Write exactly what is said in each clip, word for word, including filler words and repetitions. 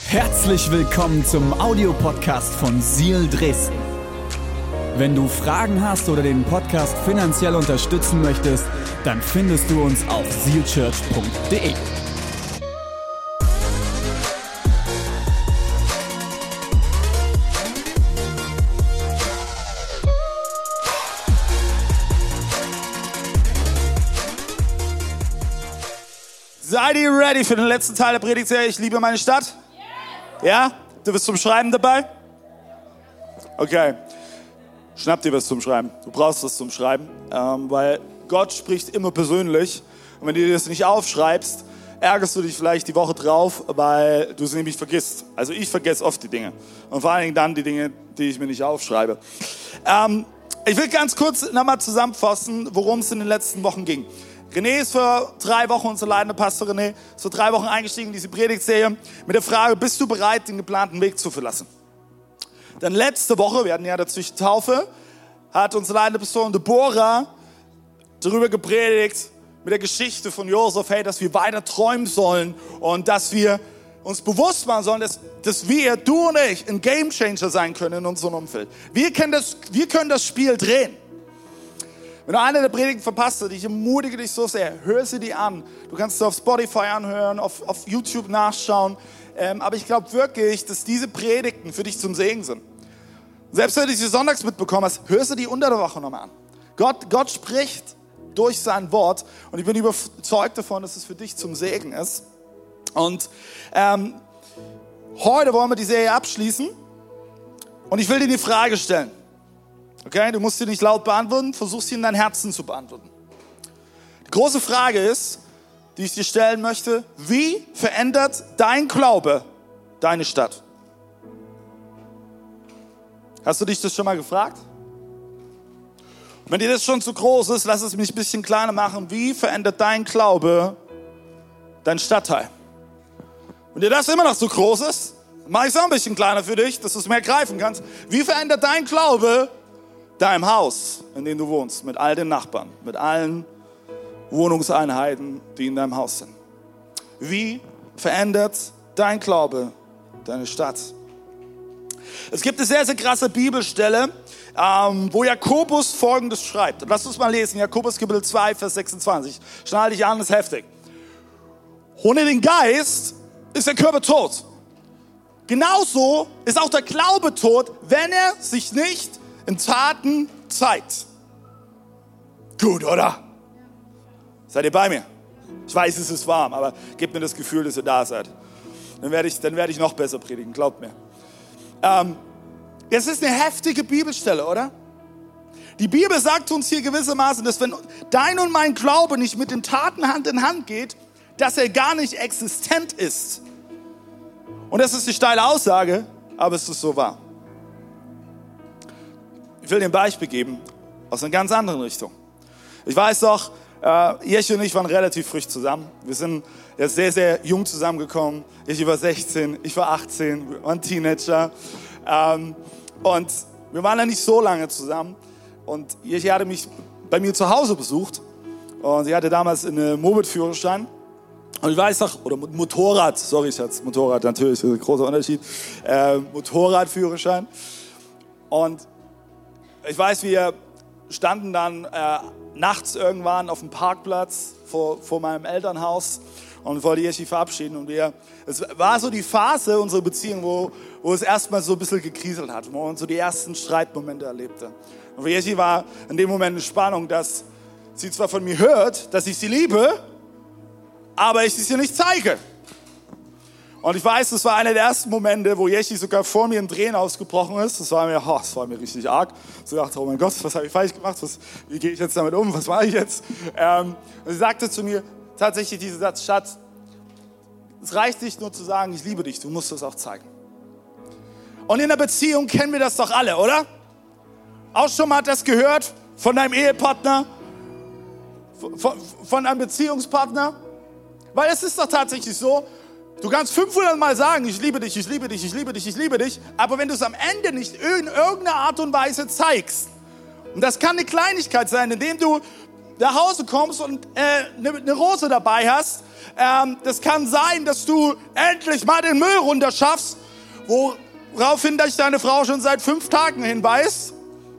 Herzlich willkommen zum Audiopodcast von Seal Dresden. Wenn du Fragen hast oder den Podcast finanziell unterstützen möchtest, dann findest du uns auf seal church punkt de. Seid ihr ready für den letzten Teil der Predigtserie? Ich liebe meine Stadt. Ja? Du bist zum Schreiben dabei? Okay. Schnapp dir was zum Schreiben. Du brauchst was zum Schreiben, ähm, weil Gott spricht immer persönlich. Und wenn du dir das nicht aufschreibst, ärgerst du dich vielleicht die Woche drauf, weil du es nämlich vergisst. Also ich vergesse oft die Dinge. Und vor allen Dingen dann die Dinge, die ich mir nicht aufschreibe. Ähm, ich will ganz kurz nochmal zusammenfassen, worum es in den letzten Wochen ging. René ist vor drei Wochen, unser leitender Pastor René, ist vor drei Wochen eingestiegen in diese Predigtserie mit der Frage, bist du bereit, den geplanten Weg zu verlassen? Dann letzte Woche, wir hatten ja dazwischen Taufe, hat unser leitender Pastor Deborah darüber gepredigt, mit der Geschichte von Josef, hey, dass wir weiter träumen sollen und dass wir uns bewusst machen sollen, dass, dass wir, du und ich, ein Gamechanger sein können in unserem Umfeld. Wir können das, wir können das Spiel drehen. Wenn du eine der Predigten verpasst hast, ich ermutige dich so sehr, hör sie dir an. Du kannst sie auf Spotify anhören, auf, auf YouTube nachschauen. Ähm, aber ich glaube wirklich, dass diese Predigten für dich zum Segen sind. Selbst wenn du sie sonntags mitbekommen hast, hör sie die unter der Woche nochmal an. Gott, Gott spricht durch sein Wort und ich bin überzeugt davon, dass es für dich zum Segen ist. Und ähm, heute wollen wir die Serie abschließen und ich will dir die Frage stellen. Okay, du musst sie nicht laut beantworten, versuch sie in dein Herzen zu beantworten. Die große Frage ist, die ich dir stellen möchte, wie verändert dein Glaube deine Stadt? Hast du dich das schon mal gefragt? Und wenn dir das schon zu groß ist, lass es mich ein bisschen kleiner machen. Wie verändert dein Glaube dein Stadtteil? Wenn dir das immer noch zu groß ist, mache ich es auch ein bisschen kleiner für dich, dass du es mehr greifen kannst. Wie verändert dein Glaube deinem Haus, in dem du wohnst, mit all den Nachbarn, mit allen Wohnungseinheiten, die in deinem Haus sind? Wie verändert dein Glaube deine Stadt? Es gibt eine sehr, sehr krasse Bibelstelle, ähm, wo Jakobus Folgendes schreibt. Lass uns mal lesen, Jakobus Kapitel zwei, Vers sechsundzwanzig. Schnall dich an, ist heftig. Ohne den Geist ist der Körper tot. Genauso ist auch der Glaube tot, wenn er sich nicht in Taten zeigt. Gut, oder? Seid ihr bei mir? Ich weiß, es ist warm, aber gebt mir das Gefühl, dass ihr da seid. Dann werde ich, dann werde ich noch besser predigen, glaubt mir. Ähm, es ist eine heftige Bibelstelle, oder? Die Bibel sagt uns hier gewissermaßen, dass wenn dein und mein Glaube nicht mit den Taten Hand in Hand geht, dass er gar nicht existent ist. Und das ist eine steile Aussage, aber es ist so wahr. Ich will dir ein Beispiel geben aus einer ganz anderen Richtung. Ich weiß doch, äh, Jechi und ich waren relativ frisch zusammen. Wir sind jetzt sehr, sehr jung zusammengekommen. Jechi war sechzehn, ich war achtzehn, wir waren Teenager. Ähm, und wir waren ja nicht so lange zusammen. Und Jechi hatte mich bei mir zu Hause besucht. Und sie hatte damals einen Moped-Führerschein. Und ich weiß noch, oder Motorrad, sorry Schatz, Motorrad natürlich, das ist ein großer Unterschied. Äh, Motorradführerschein. Und ich weiß, wir standen dann äh, nachts irgendwann auf dem Parkplatz vor, vor meinem Elternhaus und wollten Jechi verabschieden. Und wir, es war so die Phase unserer Beziehung, wo, wo es erstmal so ein bisschen gekriselt hat, wo man so die ersten Streitmomente erlebte. Und für Jechi war in dem Moment eine Spannung, dass sie zwar von mir hört, dass ich sie liebe, aber ich es ihr nicht zeige. Und ich weiß, das war einer der ersten Momente, wo Jechi sogar vor mir in Tränen ausgebrochen ist. Das war mir, oh, das war mir richtig arg. So dachte, oh mein Gott, was habe ich falsch gemacht? Was, wie gehe ich jetzt damit um? Was mache ich jetzt? Ähm, und sie sagte zu mir tatsächlich diesen Satz: Schatz, es reicht nicht nur zu sagen, ich liebe dich, du musst es auch zeigen. Und in der Beziehung kennen wir das doch alle, oder? Auch schon mal das gehört von deinem Ehepartner, von, von einem Beziehungspartner? Weil es ist doch tatsächlich so, du kannst fünfhundert Mal sagen, ich liebe dich, ich liebe dich, ich liebe dich, ich liebe dich, aber wenn du es am Ende nicht in irgendeiner Art und Weise zeigst, und das kann eine Kleinigkeit sein, indem du nach Hause kommst und äh, eine, eine Rose dabei hast. Ähm, das kann sein, dass du endlich mal den Müll runterschaffst, woraufhin dich deine Frau schon seit fünf Tagen hinweist.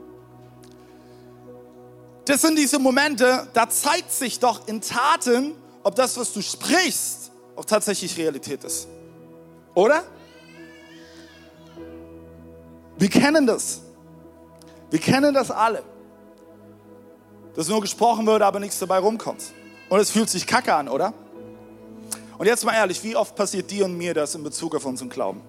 Das sind diese Momente, da zeigt sich doch in Taten, ob das, was du sprichst, auch tatsächlich Realität ist. Oder? Wir kennen das. Wir kennen das alle. Dass nur gesprochen wird, aber nichts dabei rumkommt. Und es fühlt sich kacke an, oder? Und jetzt mal ehrlich, wie oft passiert dir und mir das in Bezug auf unseren Glauben?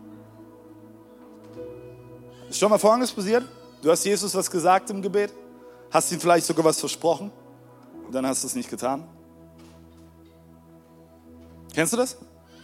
Ist schon mal Folgendes passiert? Du hast Jesus was gesagt im Gebet, hast ihm vielleicht sogar was versprochen und dann hast du es nicht getan. Kennst du das?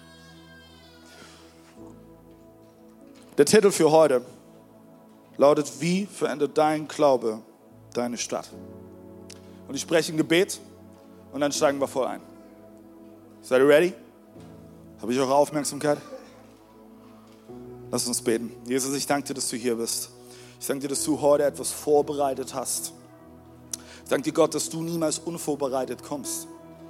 Der Titel für heute lautet: Wie verändert dein Glaube deine Stadt? Und ich spreche ein Gebet und dann steigen wir voll ein. Seid ihr ready? Habe ich eure Aufmerksamkeit? Lass uns beten. Jesus, ich danke dir, dass du hier bist. Ich danke dir, dass du heute etwas vorbereitet hast. Ich danke dir, Gott, dass du niemals unvorbereitet kommst.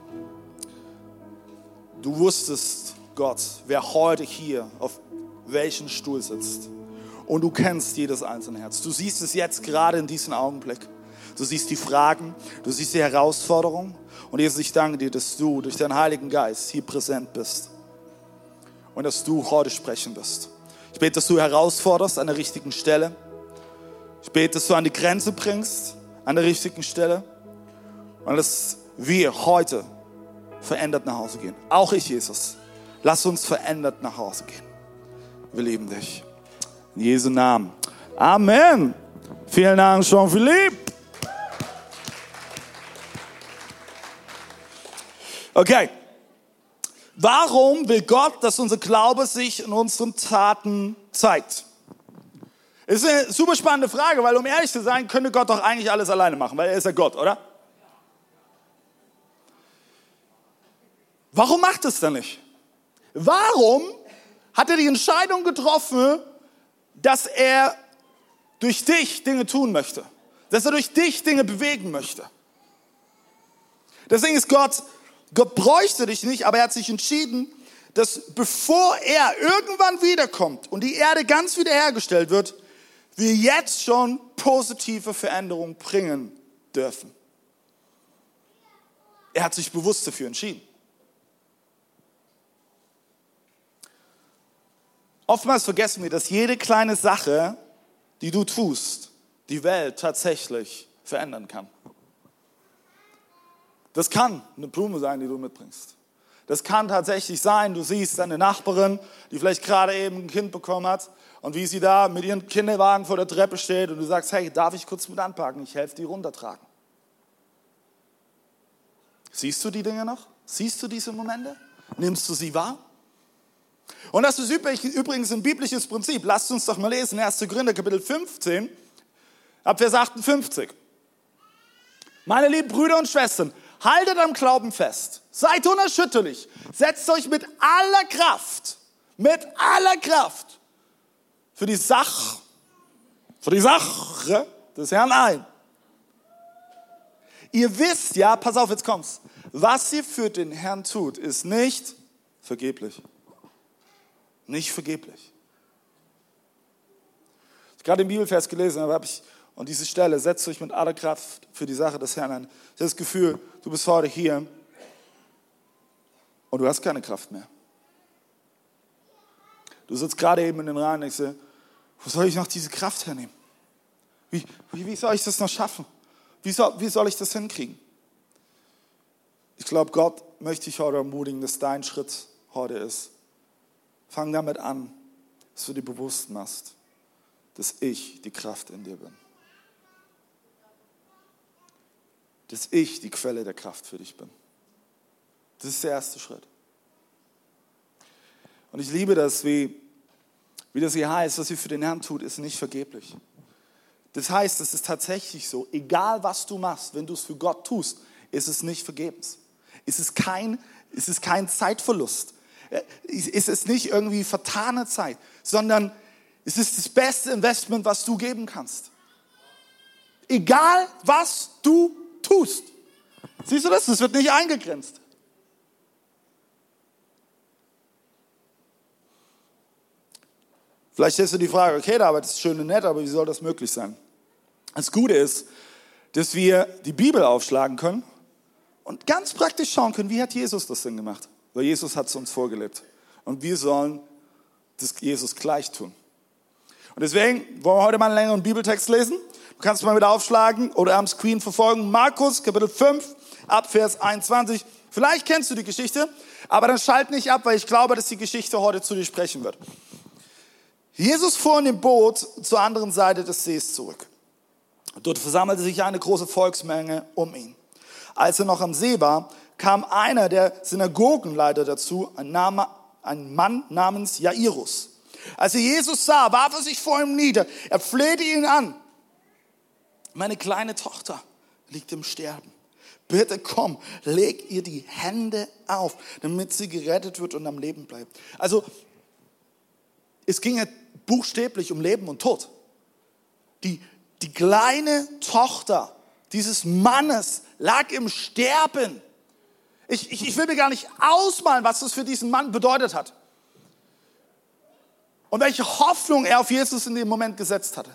Du wusstest, Gott, wer heute hier auf welchen Stuhl sitzt. Und du kennst jedes einzelne Herz. Du siehst es jetzt gerade in diesem Augenblick. Du siehst die Fragen, du siehst die Herausforderungen. Und Jesus, ich danke dir, dass du durch deinen Heiligen Geist hier präsent bist. Und dass du heute sprechen wirst. Ich bete, dass du herausforderst an der richtigen Stelle. Ich bete, dass du an die Grenze bringst, an der richtigen Stelle. Und dass wir heute verändert nach Hause gehen. Auch ich, Jesus. Lass uns verändert nach Hause gehen. Wir lieben dich. In Jesu Namen. Amen. Vielen Dank, Jean-Philippe. Okay. Warum will Gott, dass unser Glaube sich in unseren Taten zeigt? Das ist eine super spannende Frage, weil um ehrlich zu sein, könnte Gott doch eigentlich alles alleine machen, weil er ist ja Gott, oder? Warum macht es dann nicht? Warum hat er die Entscheidung getroffen, dass er durch dich Dinge tun möchte? Dass er durch dich Dinge bewegen möchte? Deswegen ist Gott, Gott bräuchte dich nicht, aber er hat sich entschieden, dass bevor er irgendwann wiederkommt und die Erde ganz wiederhergestellt wird, wir jetzt schon positive Veränderungen bringen dürfen. Er hat sich bewusst dafür entschieden. Oftmals vergessen wir, dass jede kleine Sache, die du tust, die Welt tatsächlich verändern kann. Das kann eine Blume sein, die du mitbringst. Das kann tatsächlich sein, du siehst deine Nachbarin, die vielleicht gerade eben ein Kind bekommen hat und wie sie da mit ihrem Kinderwagen vor der Treppe steht und du sagst, hey, darf ich kurz mit anpacken? Ich helfe dir runtertragen. Siehst du die Dinge noch? Siehst du diese Momente? Nimmst du sie wahr? Und das ist übrigens ein biblisches Prinzip. Lasst uns doch mal lesen, erster Korinther Kapitel fünfzehn, ab Vers achtundfünfzig. Meine lieben Brüder und Schwestern, haltet am Glauben fest. Seid unerschütterlich. Setzt euch mit aller Kraft, mit aller Kraft für die Sache, für die Sache des Herrn ein. Ihr wisst ja, pass auf, jetzt kommt's. Was ihr für den Herrn tut, ist nicht vergeblich. Nicht vergeblich. Ich habe gerade den Bibelvers gelesen, aber habe ich, und diese Stelle, setzt euch mit aller Kraft für die Sache des Herrn ein. Ich habe das Gefühl, du bist heute hier und du hast keine Kraft mehr. Du sitzt gerade eben in den Reihen und denkst dir, wo soll ich noch diese Kraft hernehmen? Wie, wie, wie soll ich das noch schaffen? Wie soll, wie soll ich das hinkriegen? Ich glaube, Gott möchte dich heute ermutigen, dass dein Schritt heute ist. Fang damit an, dass du dir bewusst machst, dass ich die Kraft in dir bin. Dass ich die Quelle der Kraft für dich bin. Das ist der erste Schritt. Und ich liebe das, wie, wie das hier heißt, was ihr für den Herrn tut, ist nicht vergeblich. Das heißt, es ist tatsächlich so, egal was du machst, wenn du es für Gott tust, ist es nicht vergebens. Es ist kein, es ist kein Zeitverlust. Es ist nicht irgendwie vertane Zeit, sondern es ist das beste Investment, was du geben kannst. Egal, was du tust. Siehst du das? Das wird nicht eingegrenzt. Vielleicht stellst du die Frage, okay, David, das ist schön und nett, aber wie soll das möglich sein? Das Gute ist, dass wir die Bibel aufschlagen können und ganz praktisch schauen können, wie hat Jesus das denn gemacht? Weil Jesus hat es uns vorgelebt. Und wir sollen das Jesus gleich tun. Und deswegen wollen wir heute mal einen längeren Bibeltext lesen. Du kannst mal wieder aufschlagen oder am Screen verfolgen. Markus, Kapitel fünf, ab Vers einundzwanzig. Vielleicht kennst du die Geschichte, aber dann schalt nicht ab, weil ich glaube, dass die Geschichte heute zu dir sprechen wird. Jesus fuhr in dem Boot zur anderen Seite des Sees zurück. Dort versammelte sich eine große Volksmenge um ihn. Als er noch am See war, kam einer der Synagogenleiter dazu, ein, Name, ein Mann namens Jairus. Als er Jesus sah, warf er sich vor ihm nieder. Er flehte ihn an. Meine kleine Tochter liegt im Sterben. Bitte komm, leg ihr die Hände auf, damit sie gerettet wird und am Leben bleibt. Also, es ging ja buchstäblich um Leben und Tod. Die, die kleine Tochter dieses Mannes lag im Sterben. Ich, ich, ich will mir gar nicht ausmalen, was das für diesen Mann bedeutet hat. Und welche Hoffnung er auf Jesus in dem Moment gesetzt hatte.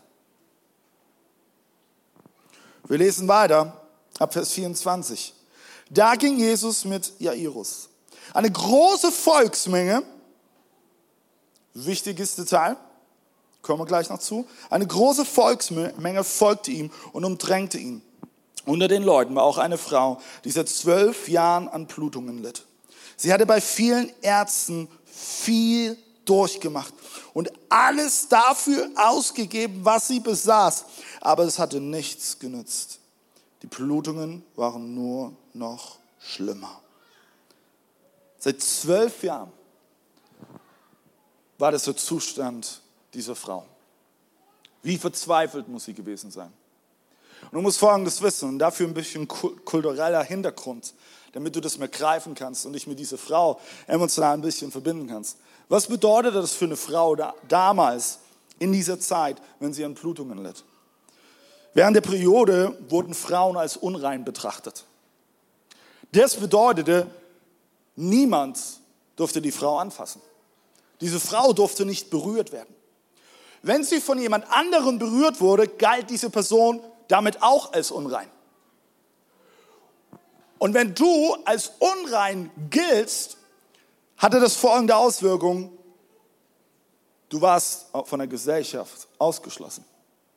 Wir lesen weiter, ab Vers vierundzwanzig. Da ging Jesus mit Jairus. Eine große Volksmenge, wichtiges Detail, kommen wir gleich noch zu. Eine große Volksmenge folgte ihm und umdrängte ihn. Unter den Leuten war auch eine Frau, die seit zwölf Jahren an Blutungen litt. Sie hatte bei vielen Ärzten viel durchgemacht und alles dafür ausgegeben, was sie besaß. Aber es hatte nichts genützt. Die Blutungen waren nur noch schlimmer. Seit zwölf Jahren war das der Zustand dieser Frau. Wie verzweifelt muss sie gewesen sein? Und du musst Folgendes wissen, und dafür ein bisschen kultureller Hintergrund, damit du das mehr greifen kannst und dich mit dieser Frau emotional ein bisschen verbinden kannst. Was bedeutet das für eine Frau da, damals, in dieser Zeit, wenn sie an Blutungen litt? Während der Periode wurden Frauen als unrein betrachtet. Das bedeutete, niemand durfte die Frau anfassen. Diese Frau durfte nicht berührt werden. Wenn sie von jemand anderem berührt wurde, galt diese Person damit auch als unrein. Und wenn du als unrein giltst, hatte das folgende Auswirkung: Du warst von der Gesellschaft ausgeschlossen.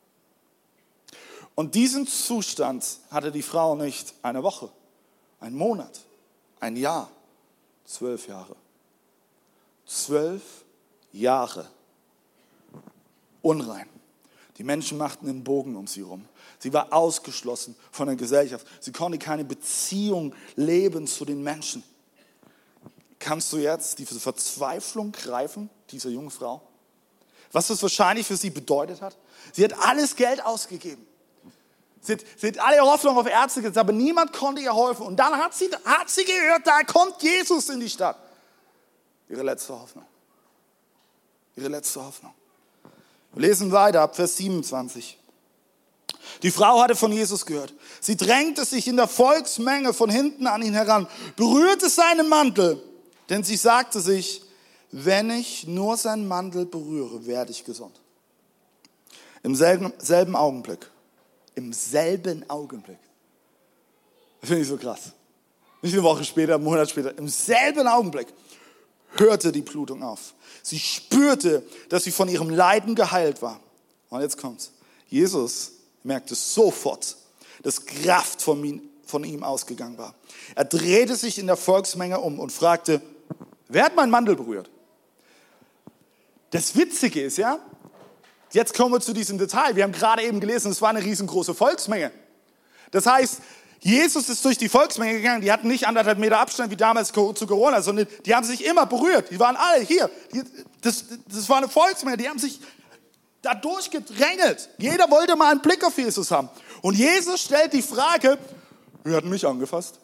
Und diesen Zustand hatte die Frau nicht eine Woche, ein Monat, ein Jahr, zwölf Jahre. Zwölf Jahre unrein. Die Menschen machten einen Bogen um sie rum. Sie war ausgeschlossen von der Gesellschaft. Sie konnte keine Beziehung leben zu den Menschen. Kannst du jetzt diese Verzweiflung greifen, dieser jungen Frau? Was das wahrscheinlich für sie bedeutet hat? Sie hat alles Geld ausgegeben. Sie hat, sie hat alle Hoffnung auf Ärzte gesetzt, aber niemand konnte ihr helfen. Und dann hat sie, hat sie gehört, da kommt Jesus in die Stadt. Ihre letzte Hoffnung. Ihre letzte Hoffnung. Wir lesen weiter ab Vers siebenundzwanzig. Die Frau hatte von Jesus gehört. Sie drängte sich in der Volksmenge von hinten an ihn heran, berührte seinen Mantel, denn sie sagte sich, wenn ich nur seinen Mantel berühre, werde ich gesund. Im selben, selben Augenblick, im selben Augenblick, das finde ich so krass, nicht eine Woche später, einen Monat später, im selben Augenblick hörte die Blutung auf. Sie spürte, dass sie von ihrem Leiden geheilt war. Und jetzt kommt's. Jesus merkte sofort, dass Kraft von ihm, von ihm ausgegangen war. Er drehte sich in der Volksmenge um und fragte, wer hat meinen Mantel berührt? Das Witzige ist, ja, jetzt kommen wir zu diesem Detail. Wir haben gerade eben gelesen, es war eine riesengroße Volksmenge. Das heißt, Jesus ist durch die Volksmenge gegangen, die hatten nicht anderthalb Meter Abstand wie damals zu Corona, sondern die haben sich immer berührt. Die waren alle hier. Das, das war eine Volksmenge, die haben sich da durchgedrängelt. Jeder wollte mal einen Blick auf Jesus haben. Und Jesus stellt die Frage, wer hat mich angefasst?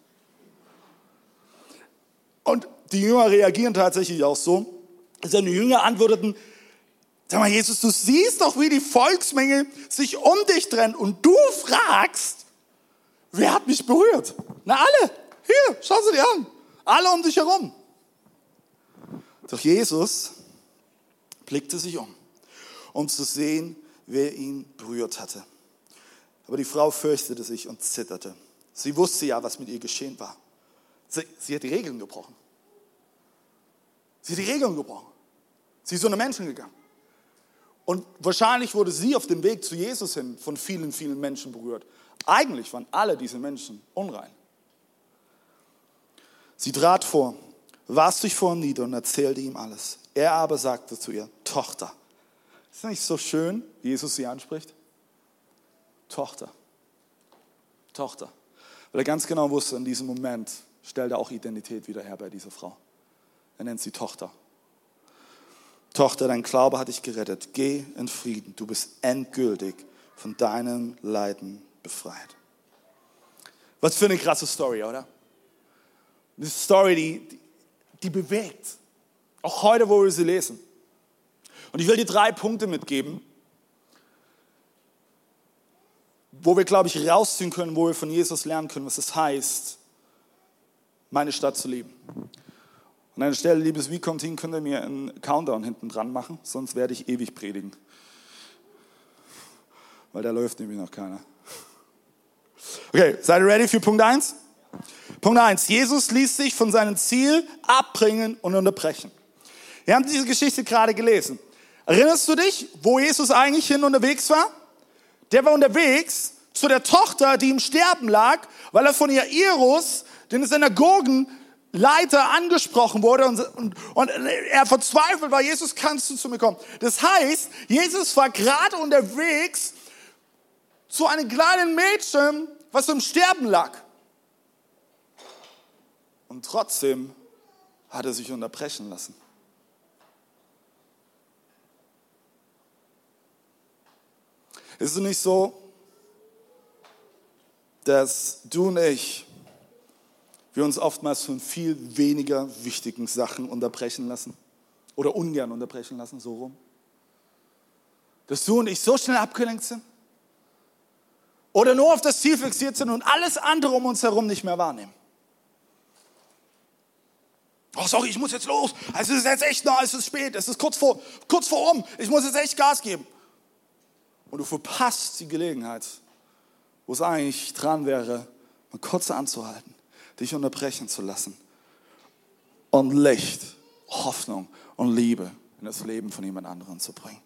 Und die Jünger reagieren tatsächlich auch so. Seine Jünger antworteten, sag mal Jesus, du siehst doch, wie die Volksmenge sich um dich trennt und du fragst, wer hat mich berührt? Na alle, hier, schau sie dir an. Alle um dich herum. Doch Jesus blickte sich um, um zu sehen, wer ihn berührt hatte. Aber die Frau fürchtete sich und zitterte. Sie wusste ja, was mit ihr geschehen war. Sie, sie hat die Regeln gebrochen. Sie hat die Regeln gebrochen. Sie ist unter Menschen gegangen. Und wahrscheinlich wurde sie auf dem Weg zu Jesus hin von vielen, vielen Menschen berührt. Eigentlich waren alle diese Menschen unrein. Sie trat vor, warf sich vor ihm nieder und erzählte ihm alles. Er aber sagte zu ihr, Tochter. Ist das nicht so schön, wie Jesus sie anspricht? Tochter. Tochter. Weil er ganz genau wusste, in diesem Moment stellt er auch Identität wieder her bei dieser Frau. Er nennt sie Tochter. Tochter, dein Glaube hat dich gerettet. Geh in Frieden. Du bist endgültig von deinen Leiden befreit. Was für eine krasse Story, oder? Eine Story, die, die, die bewegt. Auch heute, wo wir sie lesen. Und ich will dir drei Punkte mitgeben, wo wir, glaube ich, rausziehen können, wo wir von Jesus lernen können, was es heißt, meine Stadt zu lieben. Und an der Stelle, liebes Wie-Kommt-Team, könnt ihr mir einen Countdown hinten dran machen, sonst werde ich ewig predigen. Weil da läuft nämlich noch keiner. Okay, seid ihr ready für Punkt eins? Punkt eins, Jesus ließ sich von seinem Ziel abbringen und unterbrechen. Wir haben diese Geschichte gerade gelesen. Erinnerst du dich, wo Jesus eigentlich hin unterwegs war? Der war unterwegs zu der Tochter, die im Sterben lag, weil er von Jairus, den Synagogenleiter, angesprochen wurde und, und, und er verzweifelt war, Jesus, kannst du zu mir kommen? Das heißt, Jesus war gerade unterwegs zu einem kleinen Mädchen, was im Sterben lag. Und trotzdem hat er sich unterbrechen lassen. Ist es nicht so, dass du und ich, wir uns oftmals von viel weniger wichtigen Sachen unterbrechen lassen? Oder ungern unterbrechen lassen, so rum? Dass du und ich so schnell abgelenkt sind? Oder nur auf das Ziel fixiert sind und alles andere um uns herum nicht mehr wahrnehmen? Oh, sorry, ich muss jetzt los. Es ist jetzt echt nah, es ist spät, es ist kurz vor, kurz vor um. Ich muss jetzt echt Gas geben. Und du verpasst die Gelegenheit, wo es eigentlich dran wäre, mal kurz anzuhalten, dich unterbrechen zu lassen und Licht, Hoffnung und Liebe in das Leben von jemand anderem zu bringen.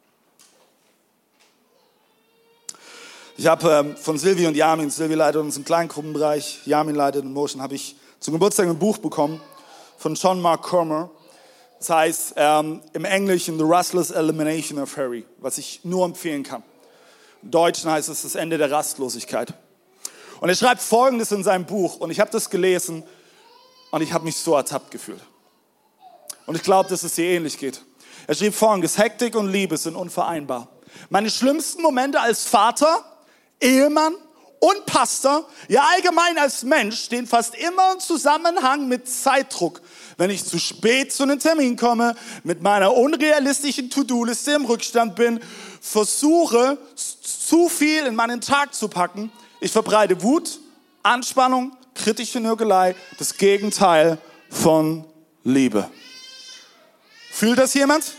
Ich habe ähm, von Silvi und Yamin, Silvi leitet uns im Kleingruppenbereich, Yamin leitet in Motion, habe ich zum Geburtstag ein Buch bekommen von John Mark Comer. Das heißt ähm, im Englischen The Restless Elimination of Hurry, was ich nur empfehlen kann. Im Deutschen heißt es das Ende der Rastlosigkeit. Und er schreibt Folgendes in seinem Buch und ich habe das gelesen und ich habe mich so ertappt gefühlt. Und ich glaube, dass es dir ähnlich geht. Er schrieb Folgendes: Hektik und Liebe sind unvereinbar. Meine schlimmsten Momente als Vater, Ehemann und Pastor, ja allgemein als Mensch, stehen fast immer im Zusammenhang mit Zeitdruck. Wenn ich zu spät zu einem Termin komme, mit meiner unrealistischen To-Do-Liste im Rückstand bin, versuche zu viel in meinen Tag zu packen, ich verbreite Wut, Anspannung, kritische Nörgelei, das Gegenteil von Liebe. Fühlt das jemand?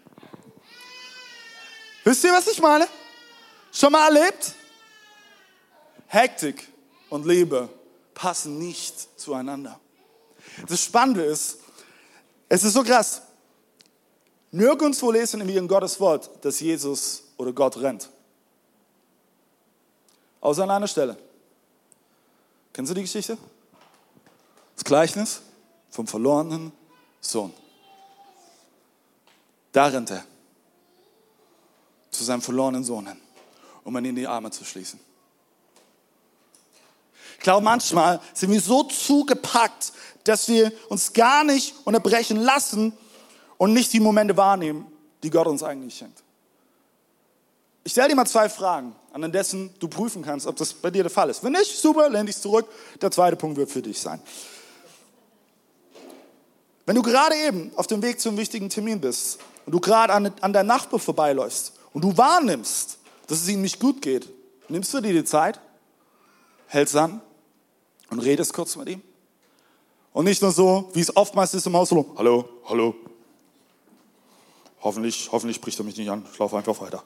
Wisst ihr, was ich meine? Schon mal erlebt? Hektik und Liebe passen nicht zueinander. Das Spannende ist, es ist so krass, nirgendwo lesen wir in Gottes Wort, dass Jesus oder Gott rennt. Außer an einer Stelle. Kennst du die Geschichte? Das Gleichnis vom verlorenen Sohn. Da rennt er zu seinem verlorenen Sohn hin, um ihn in die Arme zu schließen. Ich glaube, manchmal sind wir so zugepackt, dass wir uns gar nicht unterbrechen lassen und nicht die Momente wahrnehmen, die Gott uns eigentlich schenkt. Ich stelle dir mal zwei Fragen, an dessen du prüfen kannst, ob das bei dir der Fall ist. Wenn nicht, super, lehn dich zurück. Der zweite Punkt wird für dich sein. Wenn du gerade eben auf dem Weg zum wichtigen Termin bist und du gerade an, an deinem Nachbar vorbeiläufst und du wahrnimmst, dass es ihm nicht gut geht, nimmst du dir die Zeit? hältst an und redest kurz mit ihm. Und nicht nur so, wie es oftmals ist im Haus, so, hallo, hallo. Hoffentlich, hoffentlich spricht er mich nicht an, ich laufe einfach weiter.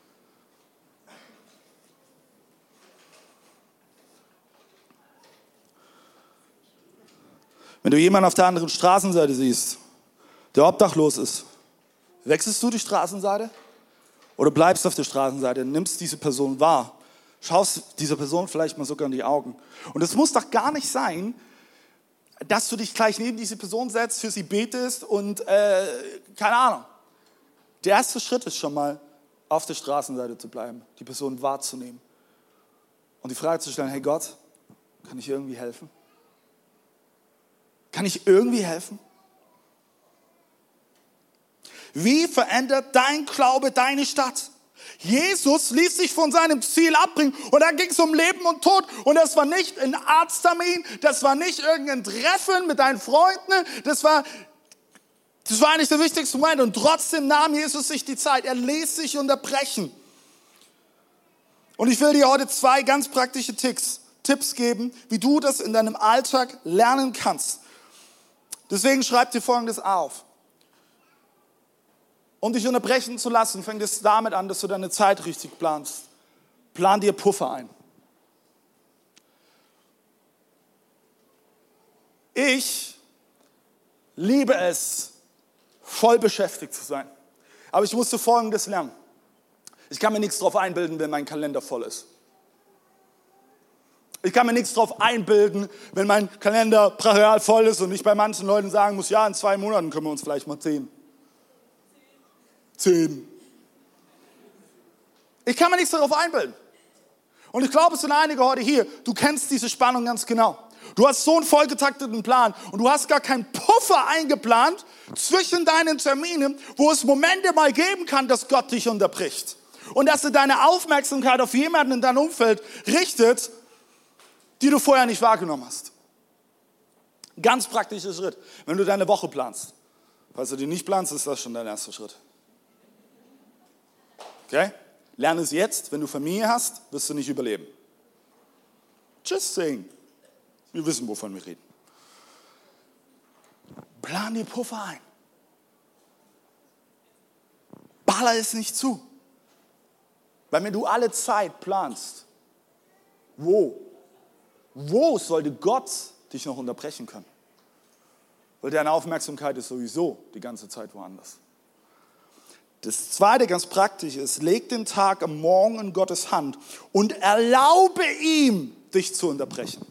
Wenn du jemanden auf der anderen Straßenseite siehst, der obdachlos ist, wechselst du die Straßenseite oder bleibst auf der Straßenseite, nimmst diese Person wahr, schaust dieser Person vielleicht mal sogar in die Augen. Und es muss doch gar nicht sein, dass du dich gleich neben diese Person setzt, für sie betest und äh, keine Ahnung. Der erste Schritt ist schon mal, auf der Straßenseite zu bleiben, die Person wahrzunehmen und die Frage zu stellen, hey Gott, kann ich irgendwie helfen? Kann ich irgendwie helfen? Wie verändert dein Glaube deine Stadt? Jesus ließ sich von seinem Ziel abbringen und da ging es um Leben und Tod und das war nicht ein Arzttermin, das war nicht irgendein Treffen mit deinen Freunden, das war, das war nicht der wichtigste Moment und trotzdem nahm Jesus sich die Zeit, er ließ sich unterbrechen. Und ich will dir heute zwei ganz praktische Tipps, Tipps geben, wie du das in deinem Alltag lernen kannst. Deswegen schreib dir Folgendes auf. Um dich unterbrechen zu lassen, fängt es damit an, dass du deine Zeit richtig planst. Plan dir Puffer ein. Ich liebe es, voll beschäftigt zu sein. Aber ich musste Folgendes lernen. Ich kann mir nichts drauf einbilden, wenn mein Kalender voll ist. Ich kann mir nichts drauf einbilden, wenn mein Kalender brachial voll ist und ich bei manchen Leuten sagen muss, ja, in zwei Monaten können wir uns vielleicht mal sehen. Zehn. Ich kann mir nichts darauf einbilden. Und ich glaube, es sind einige heute hier, du kennst diese Spannung ganz genau. Du hast so einen vollgetakteten Plan und du hast gar keinen Puffer eingeplant zwischen deinen Terminen, wo es Momente mal geben kann, dass Gott dich unterbricht. Und dass du deine Aufmerksamkeit auf jemanden in deinem Umfeld richtet, die du vorher nicht wahrgenommen hast. Ganz praktischer Schritt, wenn du deine Woche planst. Falls du die nicht planst, ist das schon dein erster Schritt. Okay? Lerne es jetzt, wenn du Familie hast, wirst du nicht überleben. Just saying. Wir wissen, wovon wir reden. Plan dir Puffer ein. Baller es nicht zu. Weil wenn du alle Zeit planst, wo? Wo sollte Gott dich noch unterbrechen können? Weil deine Aufmerksamkeit ist sowieso die ganze Zeit woanders. Das Zweite, ganz praktisch ist, leg den Tag am Morgen in Gottes Hand und erlaube ihm, dich zu unterbrechen.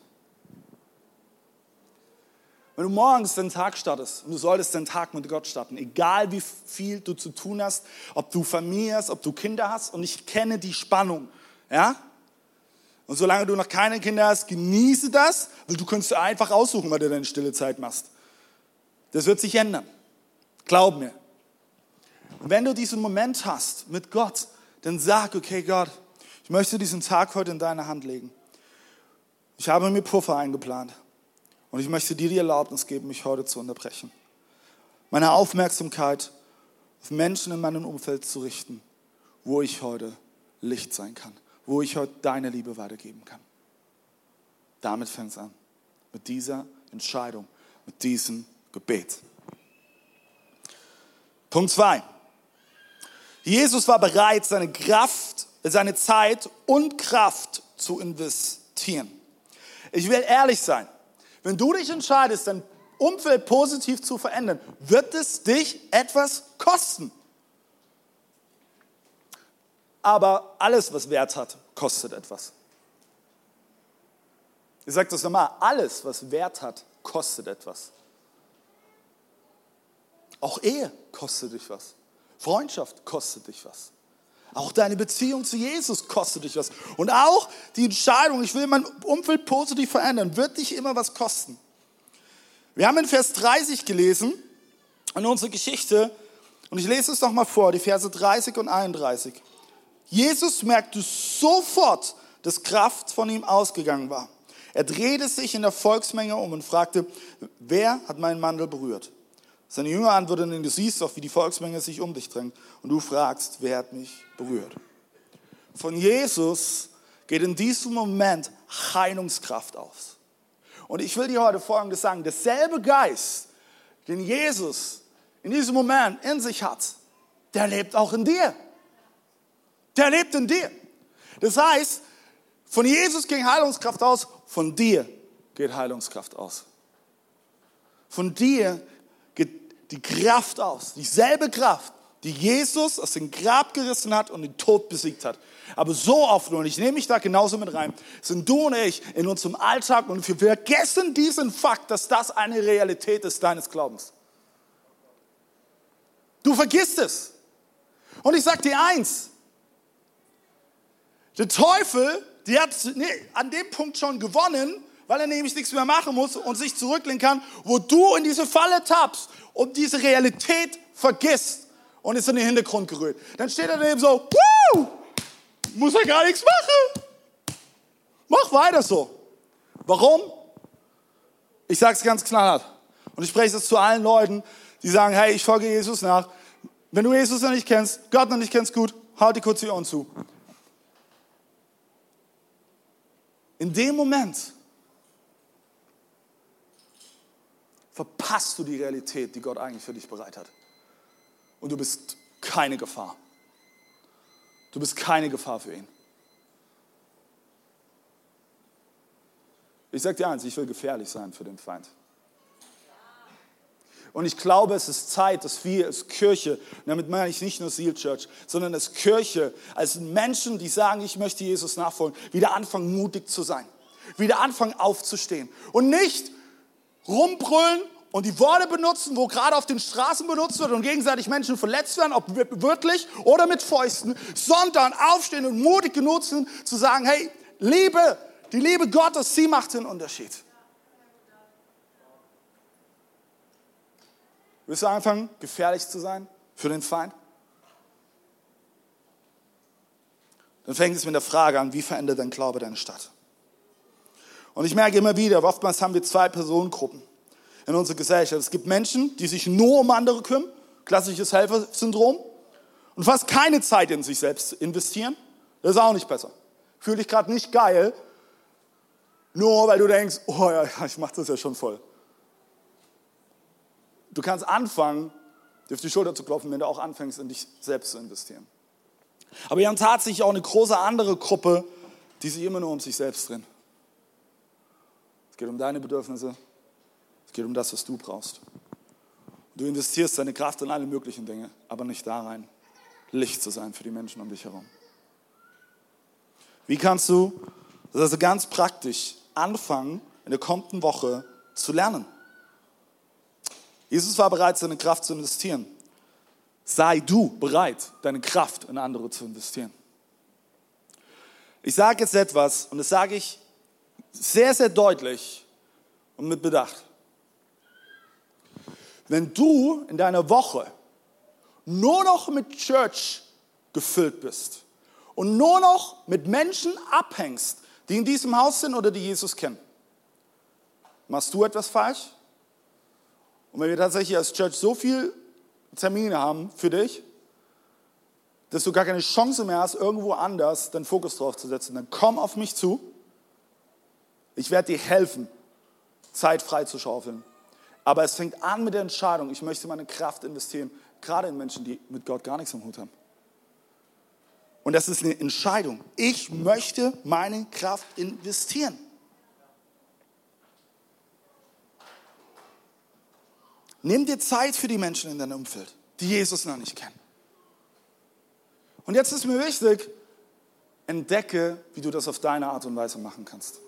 Wenn du morgens den Tag startest und du solltest den Tag mit Gott starten, egal wie viel du zu tun hast, ob du Familie hast, ob du Kinder hast, und ich kenne die Spannung, ja? Und solange du noch keine Kinder hast, genieße das, weil du kannst dir einfach aussuchen, weil du deine stille Zeit machst. Das wird sich ändern. Glaub mir. Und wenn du diesen Moment hast mit Gott, dann sag, okay Gott, ich möchte diesen Tag heute in deine Hand legen. Ich habe mir Puffer eingeplant und ich möchte dir die Erlaubnis geben, mich heute zu unterbrechen. Meine Aufmerksamkeit auf Menschen in meinem Umfeld zu richten, wo ich heute Licht sein kann, wo ich heute deine Liebe weitergeben kann. Damit fängt es an, mit dieser Entscheidung, mit diesem Gebet. Punkt zwei. Jesus war bereit, seine Kraft, seine Zeit und Kraft zu investieren. Ich will ehrlich sein, wenn du dich entscheidest, dein Umfeld positiv zu verändern, wird es dich etwas kosten. Aber alles, was Wert hat, kostet etwas. Ich sage das nochmal, alles, was Wert hat, kostet etwas. Auch Ehe kostet dich was. Freundschaft kostet dich was. Auch deine Beziehung zu Jesus kostet dich was. Und auch die Entscheidung, ich will mein Umfeld positiv verändern, wird dich immer was kosten. Wir haben in Vers dreißig gelesen, in unserer Geschichte, und ich lese es nochmal vor, die Verse dreißig und einunddreißig. Jesus merkte sofort, dass Kraft von ihm ausgegangen war. Er drehte sich in der Volksmenge um und fragte, wer hat meinen Mantel berührt? Seine Jünger antworteten, du siehst doch, wie die Volksmenge sich um dich drängt und du fragst, wer hat mich berührt? Von Jesus geht in diesem Moment Heilungskraft aus. Und ich will dir heute Folgendes sagen. Derselbe Geist, den Jesus in diesem Moment in sich hat, der lebt auch in dir. Der lebt in dir. Das heißt, von Jesus ging Heilungskraft aus, von dir geht Heilungskraft aus. Von dir geht die Kraft aus, dieselbe Kraft, die Jesus aus dem Grab gerissen hat und den Tod besiegt hat. Aber so oft, und ich nehme mich da genauso mit rein, sind du und ich in unserem Alltag und wir vergessen diesen Fakt, dass das eine Realität ist deines Glaubens. Du vergisst es. Und ich sage dir eins, der Teufel, der hat an dem Punkt schon gewonnen, weil er nämlich nichts mehr machen muss und sich zurücklehnen kann, wo du in diese Falle tappst und diese Realität vergisst und ist in den Hintergrund gerührt. Dann steht er daneben so, Wuh! Muss er gar nichts machen. Mach weiter so. Warum? Ich sage es ganz knallhart. Und ich spreche es zu allen Leuten, die sagen, hey, ich folge Jesus nach. Wenn du Jesus noch nicht kennst, Gott noch nicht kennst, gut, halt dir kurz die Ohren zu. In dem Moment verpasst du die Realität, die Gott eigentlich für dich bereit hat. Und du bist keine Gefahr. Du bist keine Gefahr für ihn. Ich sage dir eins, ich will gefährlich sein für den Feind. Und ich glaube, es ist Zeit, dass wir als Kirche, und damit meine ich nicht nur Seal Church, sondern als Kirche, als Menschen, die sagen, ich möchte Jesus nachfolgen, wieder anfangen, mutig zu sein. Wieder anfangen, aufzustehen. Und nicht rumbrüllen und die Worte benutzen, wo gerade auf den Straßen benutzt wird und gegenseitig Menschen verletzt werden, ob wörtlich oder mit Fäusten, sondern aufstehen und mutig genug sind, zu sagen, hey, Liebe, die Liebe Gottes, sie macht den Unterschied. Willst du anfangen, gefährlich zu sein für den Feind? Dann fängt es mit der Frage an, wie verändert dein Glaube deine Stadt? Und ich merke immer wieder, oftmals haben wir zwei Personengruppen in unserer Gesellschaft. Es gibt Menschen, die sich nur um andere kümmern, klassisches Helfersyndrom, und fast keine Zeit in sich selbst investieren. Das ist auch nicht besser. Fühl dich gerade nicht geil, nur weil du denkst, oh ja, ich mache das ja schon voll. Du kannst anfangen, dir auf die Schulter zu klopfen, wenn du auch anfängst, in dich selbst zu investieren. Aber wir haben tatsächlich auch eine große andere Gruppe, die sich immer nur um sich selbst dreht. Es geht um deine Bedürfnisse, es geht um das, was du brauchst. Du investierst deine Kraft in alle möglichen Dinge, aber nicht da rein, Licht zu sein für die Menschen um dich herum. Wie kannst du das also ganz praktisch anfangen, in der kommenden Woche zu lernen? Jesus war bereit, seine Kraft zu investieren. Sei du bereit, deine Kraft in andere zu investieren. Ich sage jetzt etwas, und das sage ich sehr, sehr deutlich und mit Bedacht. Wenn du in deiner Woche nur noch mit Church gefüllt bist und nur noch mit Menschen abhängst, die in diesem Haus sind oder die Jesus kennen, machst du etwas falsch? Und wenn wir tatsächlich als Church so viele Termine haben für dich, dass du gar keine Chance mehr hast, irgendwo anders den Fokus drauf zu setzen, dann komm auf mich zu. Ich werde dir helfen, Zeit frei zu schaufeln. Aber es fängt an mit der Entscheidung, ich möchte meine Kraft investieren, gerade in Menschen, die mit Gott gar nichts am Hut haben. Und das ist eine Entscheidung. Ich möchte meine Kraft investieren. Nimm dir Zeit für die Menschen in deinem Umfeld, die Jesus noch nicht kennen. Und jetzt ist mir wichtig, entdecke, wie du das auf deine Art und Weise machen kannst.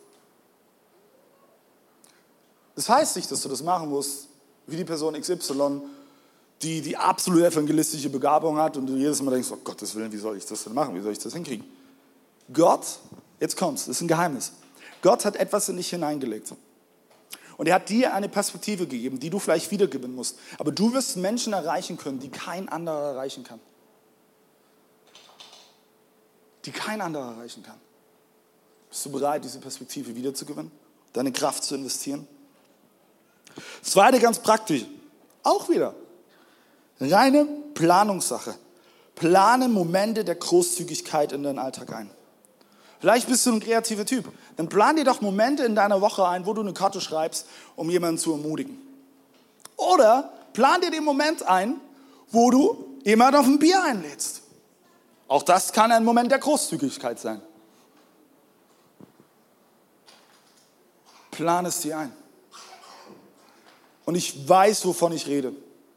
Das heißt nicht, dass du das machen musst, wie die Person X Y, die die absolute evangelistische Begabung hat und du jedes Mal denkst, oh Gottes Willen, wie soll ich das denn machen, wie soll ich das hinkriegen? Gott, jetzt kommt's, das ist ein Geheimnis. Gott hat etwas in dich hineingelegt. Und er hat dir eine Perspektive gegeben, die du vielleicht wiedergewinnen musst. Aber du wirst Menschen erreichen können, die kein anderer erreichen kann. Die kein anderer erreichen kann. Bist du bereit, diese Perspektive wiederzugewinnen? Deine Kraft zu investieren? Das Zweite, ganz praktisch, auch wieder, reine Planungssache. Plane Momente der Großzügigkeit in deinen Alltag ein. Vielleicht bist du ein kreativer Typ. Dann plan dir doch Momente in deiner Woche ein, wo du eine Karte schreibst, um jemanden zu ermutigen. Oder plan dir den Moment ein, wo du jemanden auf ein Bier einlädst. Auch das kann ein Moment der Großzügigkeit sein. Plan es dir ein. Und ich weiß, wovon ich rede.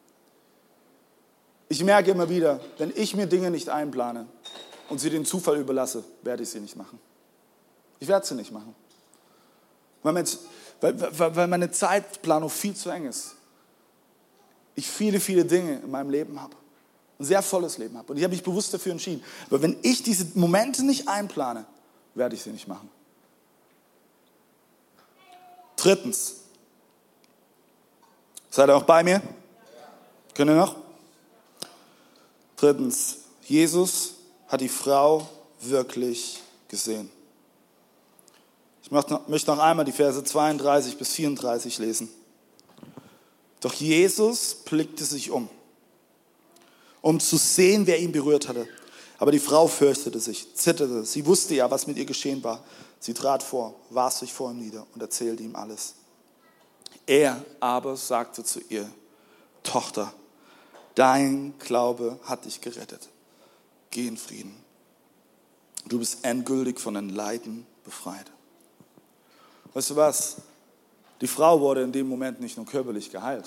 Ich merke immer wieder, wenn ich mir Dinge nicht einplane und sie dem Zufall überlasse, werde ich sie nicht machen. Ich werde sie nicht machen. Weil, mein, weil, weil meine Zeitplanung viel zu eng ist. Ich viele, viele Dinge in meinem Leben habe. Ein sehr volles Leben habe. Und ich habe mich bewusst dafür entschieden. Aber wenn ich diese Momente nicht einplane, werde ich sie nicht machen. Drittens. Seid ihr auch bei mir? Könnt ihr noch? Drittens. Jesus hat die Frau wirklich gesehen. Ich möchte noch einmal die Verse zweiunddreißig bis vierunddreißig lesen. Doch Jesus blickte sich um, um zu sehen, wer ihn berührt hatte. Aber die Frau fürchtete sich, zitterte. Sie wusste ja, was mit ihr geschehen war. Sie trat vor, warf sich vor ihm nieder und erzählte ihm alles. Er aber sagte zu ihr: Tochter, dein Glaube hat dich gerettet. Geh in Frieden. Du bist endgültig von den Leiden befreit. Weißt du was? Die Frau wurde in dem Moment nicht nur körperlich geheilt.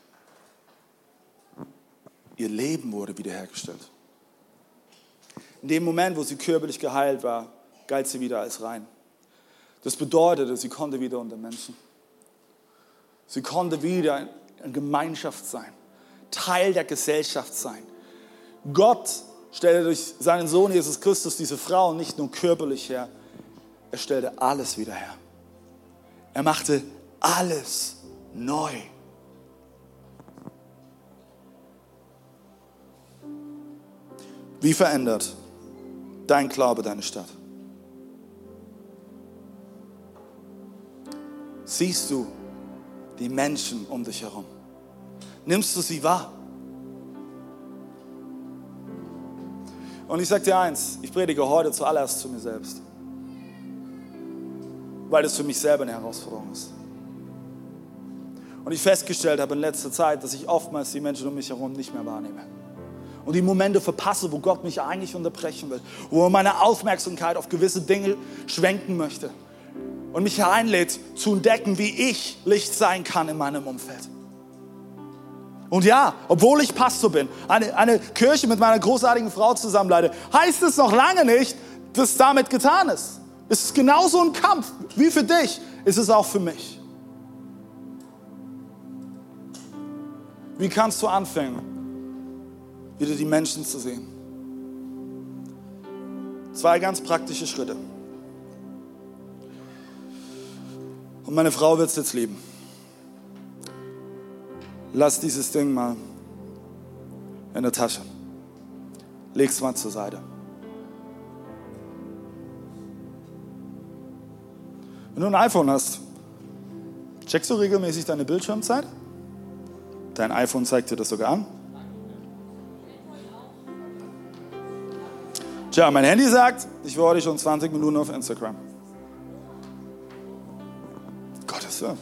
Ihr Leben wurde wiederhergestellt. In dem Moment, wo sie körperlich geheilt war, galt sie wieder als rein. Das bedeutete, sie konnte wieder unter Menschen. Sie konnte wieder in Gemeinschaft sein, Teil der Gesellschaft sein. Gott stellte durch seinen Sohn Jesus Christus diese Frau nicht nur körperlich her, er stellte alles wieder her. Er machte alles neu. Wie verändert dein Glaube deine Stadt? Siehst du die Menschen um dich herum? Nimmst du sie wahr? Und ich sage dir eins, ich predige heute zuallererst zu mir selbst, weil das für mich selber eine Herausforderung ist. Und ich festgestellt habe in letzter Zeit, dass ich oftmals die Menschen um mich herum nicht mehr wahrnehme. Und die Momente verpasse, wo Gott mich eigentlich unterbrechen will, wo er meine Aufmerksamkeit auf gewisse Dinge schwenken möchte und mich hereinlädt, zu entdecken, wie ich Licht sein kann in meinem Umfeld. Und ja, obwohl ich Pastor bin, eine, eine Kirche mit meiner großartigen Frau zusammenleite, heißt es noch lange nicht, dass damit getan ist. Es ist genauso ein Kampf wie für dich, ist es auch für mich. Wie kannst du anfangen, wieder die Menschen zu sehen? Zwei ganz praktische Schritte. Und meine Frau wird es jetzt lieben. Lass dieses Ding mal in der Tasche. Leg's mal zur Seite. Wenn du ein iPhone hast, checkst du regelmäßig deine Bildschirmzeit? Dein iPhone zeigt dir das sogar an. Tja, mein Handy sagt, ich war heute schon zwanzig Minuten auf Instagram. Gottes Willen.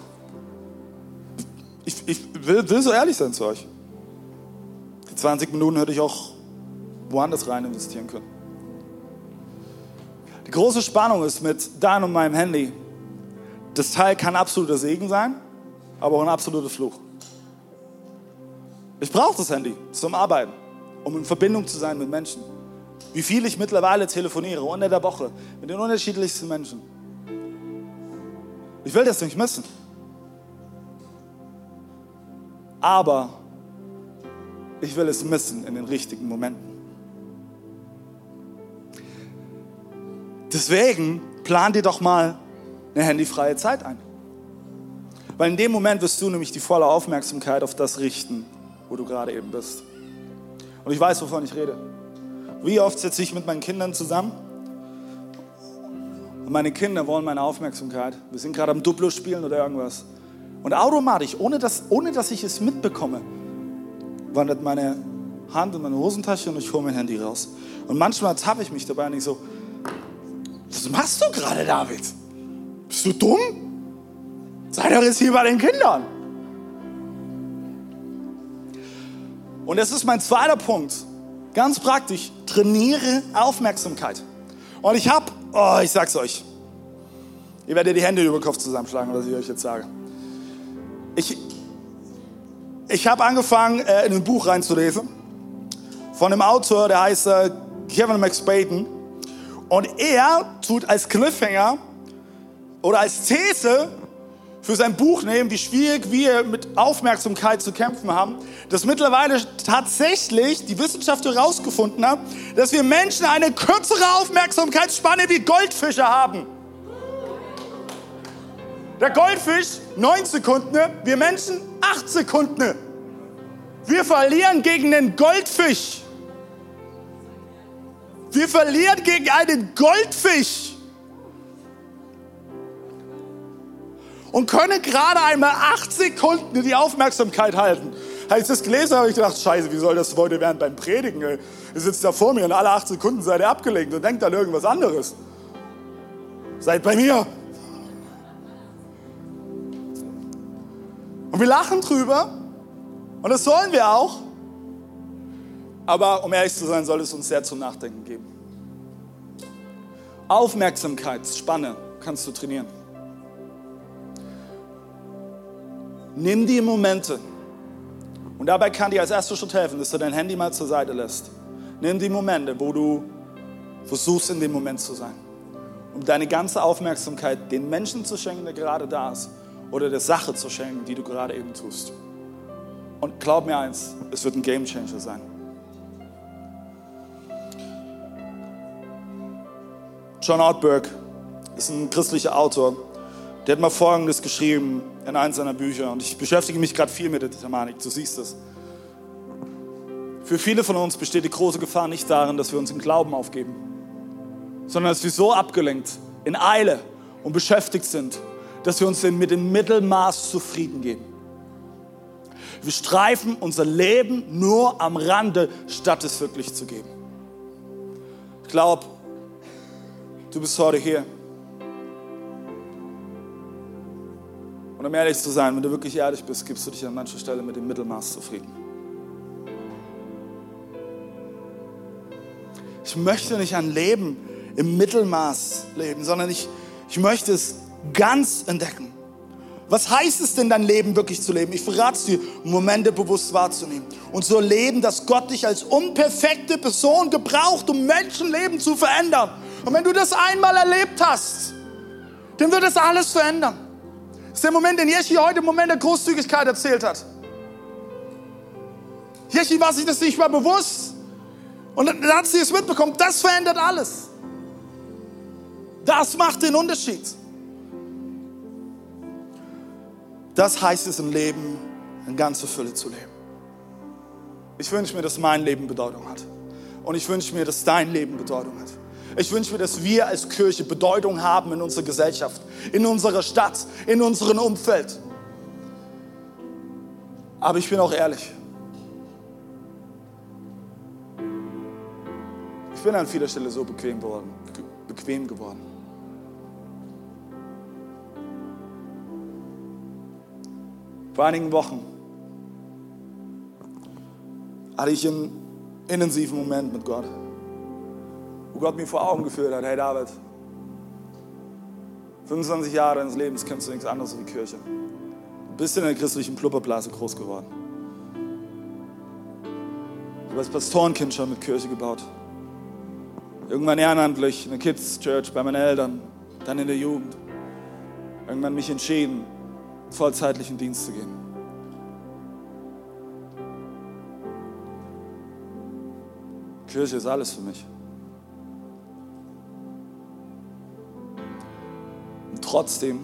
Ich, ich will, will so ehrlich sein zu euch. Die zwanzig Minuten hätte ich auch woanders rein investieren können. Die große Spannung ist mit deinem und meinem Handy. Das Teil kann absoluter Segen sein, aber auch ein absoluter Fluch. Ich brauche das Handy zum Arbeiten, um in Verbindung zu sein mit Menschen. Wie viel ich mittlerweile telefoniere, unter der Woche, mit den unterschiedlichsten Menschen. Ich will das nicht missen. Aber ich will es missen in den richtigen Momenten. Deswegen plan dir doch mal eine handyfreie Zeit ein. Weil in dem Moment wirst du nämlich die volle Aufmerksamkeit auf das richten, wo du gerade eben bist. Und ich weiß, wovon ich rede. Wie oft sitze ich mit meinen Kindern zusammen und meine Kinder wollen meine Aufmerksamkeit. Wir sind gerade am Duplo spielen oder irgendwas. Und automatisch, ohne dass, ohne dass ich es mitbekomme, wandert meine Hand in meine Hosentasche und ich hole mein Handy raus. Und manchmal tappe ich mich dabei und ich so, Was machst du gerade, David? Bist du dumm? Sei doch jetzt hier bei den Kindern. Und das ist mein zweiter Punkt. Ganz praktisch, trainiere Aufmerksamkeit. Und ich habe, oh, ich sag's euch, ihr werdet die Hände über den Kopf zusammenschlagen, was ich euch jetzt sage. Ich, ich habe angefangen, äh, in ein Buch reinzulesen von einem Autor, der heißt äh, Kevin McSpadden. Und er tut als Cliffhanger oder als These für sein Buch nehmen, wie schwierig wir mit Aufmerksamkeit zu kämpfen haben, dass mittlerweile tatsächlich die Wissenschaft herausgefunden hat, dass wir Menschen eine kürzere Aufmerksamkeitsspanne wie Goldfische haben. Der Goldfisch neun Sekunden, wir Menschen acht Sekunden. Wir verlieren gegen den Goldfisch. Wir verlieren gegen einen Goldfisch. Und können gerade einmal acht Sekunden die Aufmerksamkeit halten. Als ich das gelesen habe, habe ich gedacht, scheiße, wie soll das heute werden beim Predigen? Ey? Ihr sitzt da vor mir und alle acht Sekunden seid ihr abgelenkt und denkt an irgendwas anderes. Seid bei mir. Und wir lachen drüber. Und das sollen wir auch. Aber um ehrlich zu sein, soll es uns sehr zum Nachdenken geben. Aufmerksamkeitsspanne kannst du trainieren. Nimm die Momente. Und dabei kann dir als erster Schritt helfen, dass du dein Handy mal zur Seite lässt. Nimm die Momente, wo du versuchst, in dem Moment zu sein. Um deine ganze Aufmerksamkeit den Menschen zu schenken, der gerade da ist. Oder der Sache zu schenken, die du gerade eben tust. Und glaub mir eins, es wird ein Gamechanger sein. John Ortberg ist ein christlicher Autor. Der hat mal Folgendes geschrieben in einem seiner Bücher. Und ich beschäftige mich gerade viel mit der Thematik. Du siehst es. Für viele von uns besteht die große Gefahr nicht darin, dass wir uns im Glauben aufgeben, sondern dass wir so abgelenkt, in Eile und beschäftigt sind, dass wir uns mit dem Mittelmaß zufrieden geben. Wir streifen unser Leben nur am Rande, statt es wirklich zu geben. Ich glaube, du bist heute hier. Und um ehrlich zu sein, wenn du wirklich ehrlich bist, gibst du dich an mancher Stelle mit dem Mittelmaß zufrieden. Ich möchte nicht ein Leben im Mittelmaß leben, sondern ich, ich möchte es ganz entdecken. Was heißt es denn, dein Leben wirklich zu leben? Ich verrate es dir, Momente bewusst wahrzunehmen. Und so leben, dass Gott dich als unperfekte Person gebraucht, um Menschenleben zu verändern. Und wenn du das einmal erlebt hast, dann wird das alles verändern. Das ist der Moment, den Jeschi heute im Moment der Großzügigkeit erzählt hat. Jeschi war sich das nicht mal bewusst. Und dann hat sie es mitbekommen. Das verändert alles. Das macht den Unterschied. Das heißt es im Leben, in ganzer Fülle zu leben. Ich wünsche mir, dass mein Leben Bedeutung hat. Und ich wünsche mir, dass dein Leben Bedeutung hat. Ich wünsche mir, dass wir als Kirche Bedeutung haben in unserer Gesellschaft, in unserer Stadt, in unserem Umfeld. Aber ich bin auch ehrlich. Ich bin an vieler Stelle so bequem geworden. Bequem geworden. Vor einigen Wochen hatte ich einen intensiven Moment mit Gott, wo Gott mir vor Augen geführt hat, hey David, fünfundzwanzig Jahre deines Lebens kennst du nichts anderes wie Kirche. Du bist in der christlichen Plupperblase groß geworden. Du hast als Pastorenkind schon mit Kirche gebaut. Irgendwann ehrenamtlich in der Kids Church bei meinen Eltern, dann in der Jugend. Irgendwann mich entschieden, vollzeitlichen Dienst zu gehen. Kirche ist alles für mich. Und trotzdem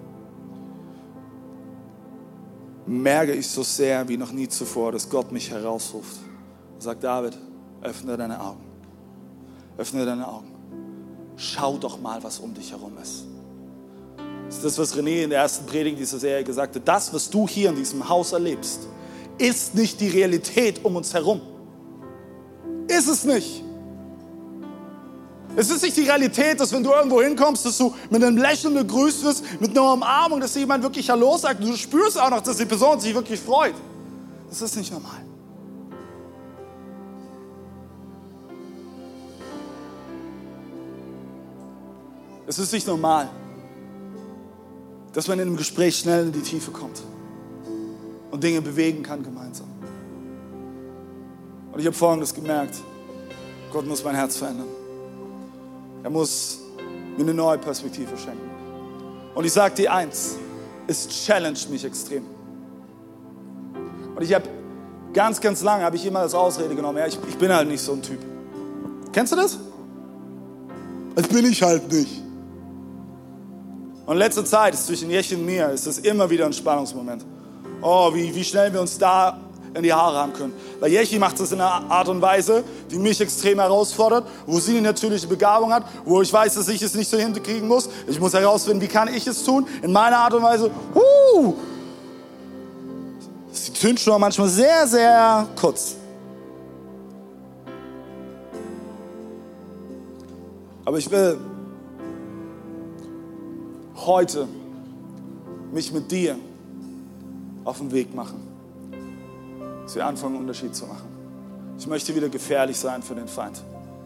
merke ich so sehr wie noch nie zuvor, dass Gott mich herausruft und sagt, David, öffne deine Augen. Öffne deine Augen. Schau doch mal, was um dich herum ist. Das ist das, was René in der ersten Predigt dieser Serie gesagt hat. Das, was du hier in diesem Haus erlebst, ist nicht die Realität um uns herum. Ist es nicht. Es ist nicht die Realität, dass wenn du irgendwo hinkommst, dass du mit einem Lächeln begrüßt wirst, mit einer Umarmung, dass dir jemand wirklich Hallo sagt. Und du spürst auch noch, dass die Person sich wirklich freut. Das ist nicht normal. Es ist nicht normal, dass man in einem Gespräch schnell in die Tiefe kommt und Dinge bewegen kann gemeinsam. Und ich habe Folgendes gemerkt. Gott muss mein Herz verändern. Er muss mir eine neue Perspektive schenken. Und ich sage dir eins, es challenged mich extrem. Und ich habe ganz, ganz lange, habe ich immer als Ausrede genommen, ja, ich, ich bin halt nicht so ein Typ. Kennst du das? Das bin ich halt nicht. Und in letzter Zeit ist zwischen Jechi und mir ist das immer wieder ein Spannungsmoment. Oh, wie, wie schnell wir uns da in die Haare haben können. Weil Jechi macht das in einer Art und Weise, die mich extrem herausfordert, wo sie eine natürliche Begabung hat, wo ich weiß, dass ich es nicht so hinkriegen muss. Ich muss herausfinden, wie kann ich es tun, in meiner Art und Weise. Uh, ist die Zündschnur manchmal sehr, sehr kurz. Aber ich will heute mich mit dir auf den Weg machen, dass wir anfangen, einen Unterschied zu machen. Ich möchte wieder gefährlich sein für den Feind.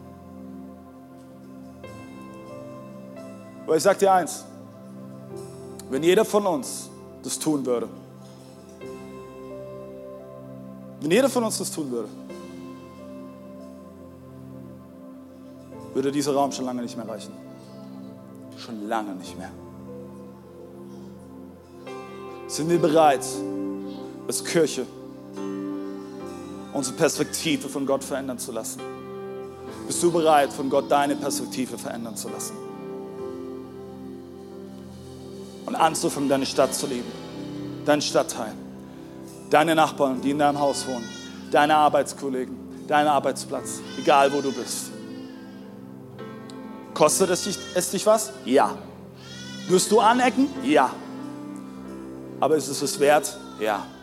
Aber ich sage dir eins, wenn jeder von uns das tun würde, wenn jeder von uns das tun würde, würde dieser Raum schon lange nicht mehr reichen. Schon lange nicht mehr. Sind wir bereit, als Kirche unsere Perspektive von Gott verändern zu lassen? Bist du bereit, von Gott deine Perspektive verändern zu lassen? Und anzufangen, deine Stadt zu lieben, deinen Stadtteil, deine Nachbarn, die in deinem Haus wohnen, deine Arbeitskollegen, deinen Arbeitsplatz, egal wo du bist. Kostet es dich, es dich was? Ja. Wirst du anecken? Ja. Aber ist es es wert? Ja.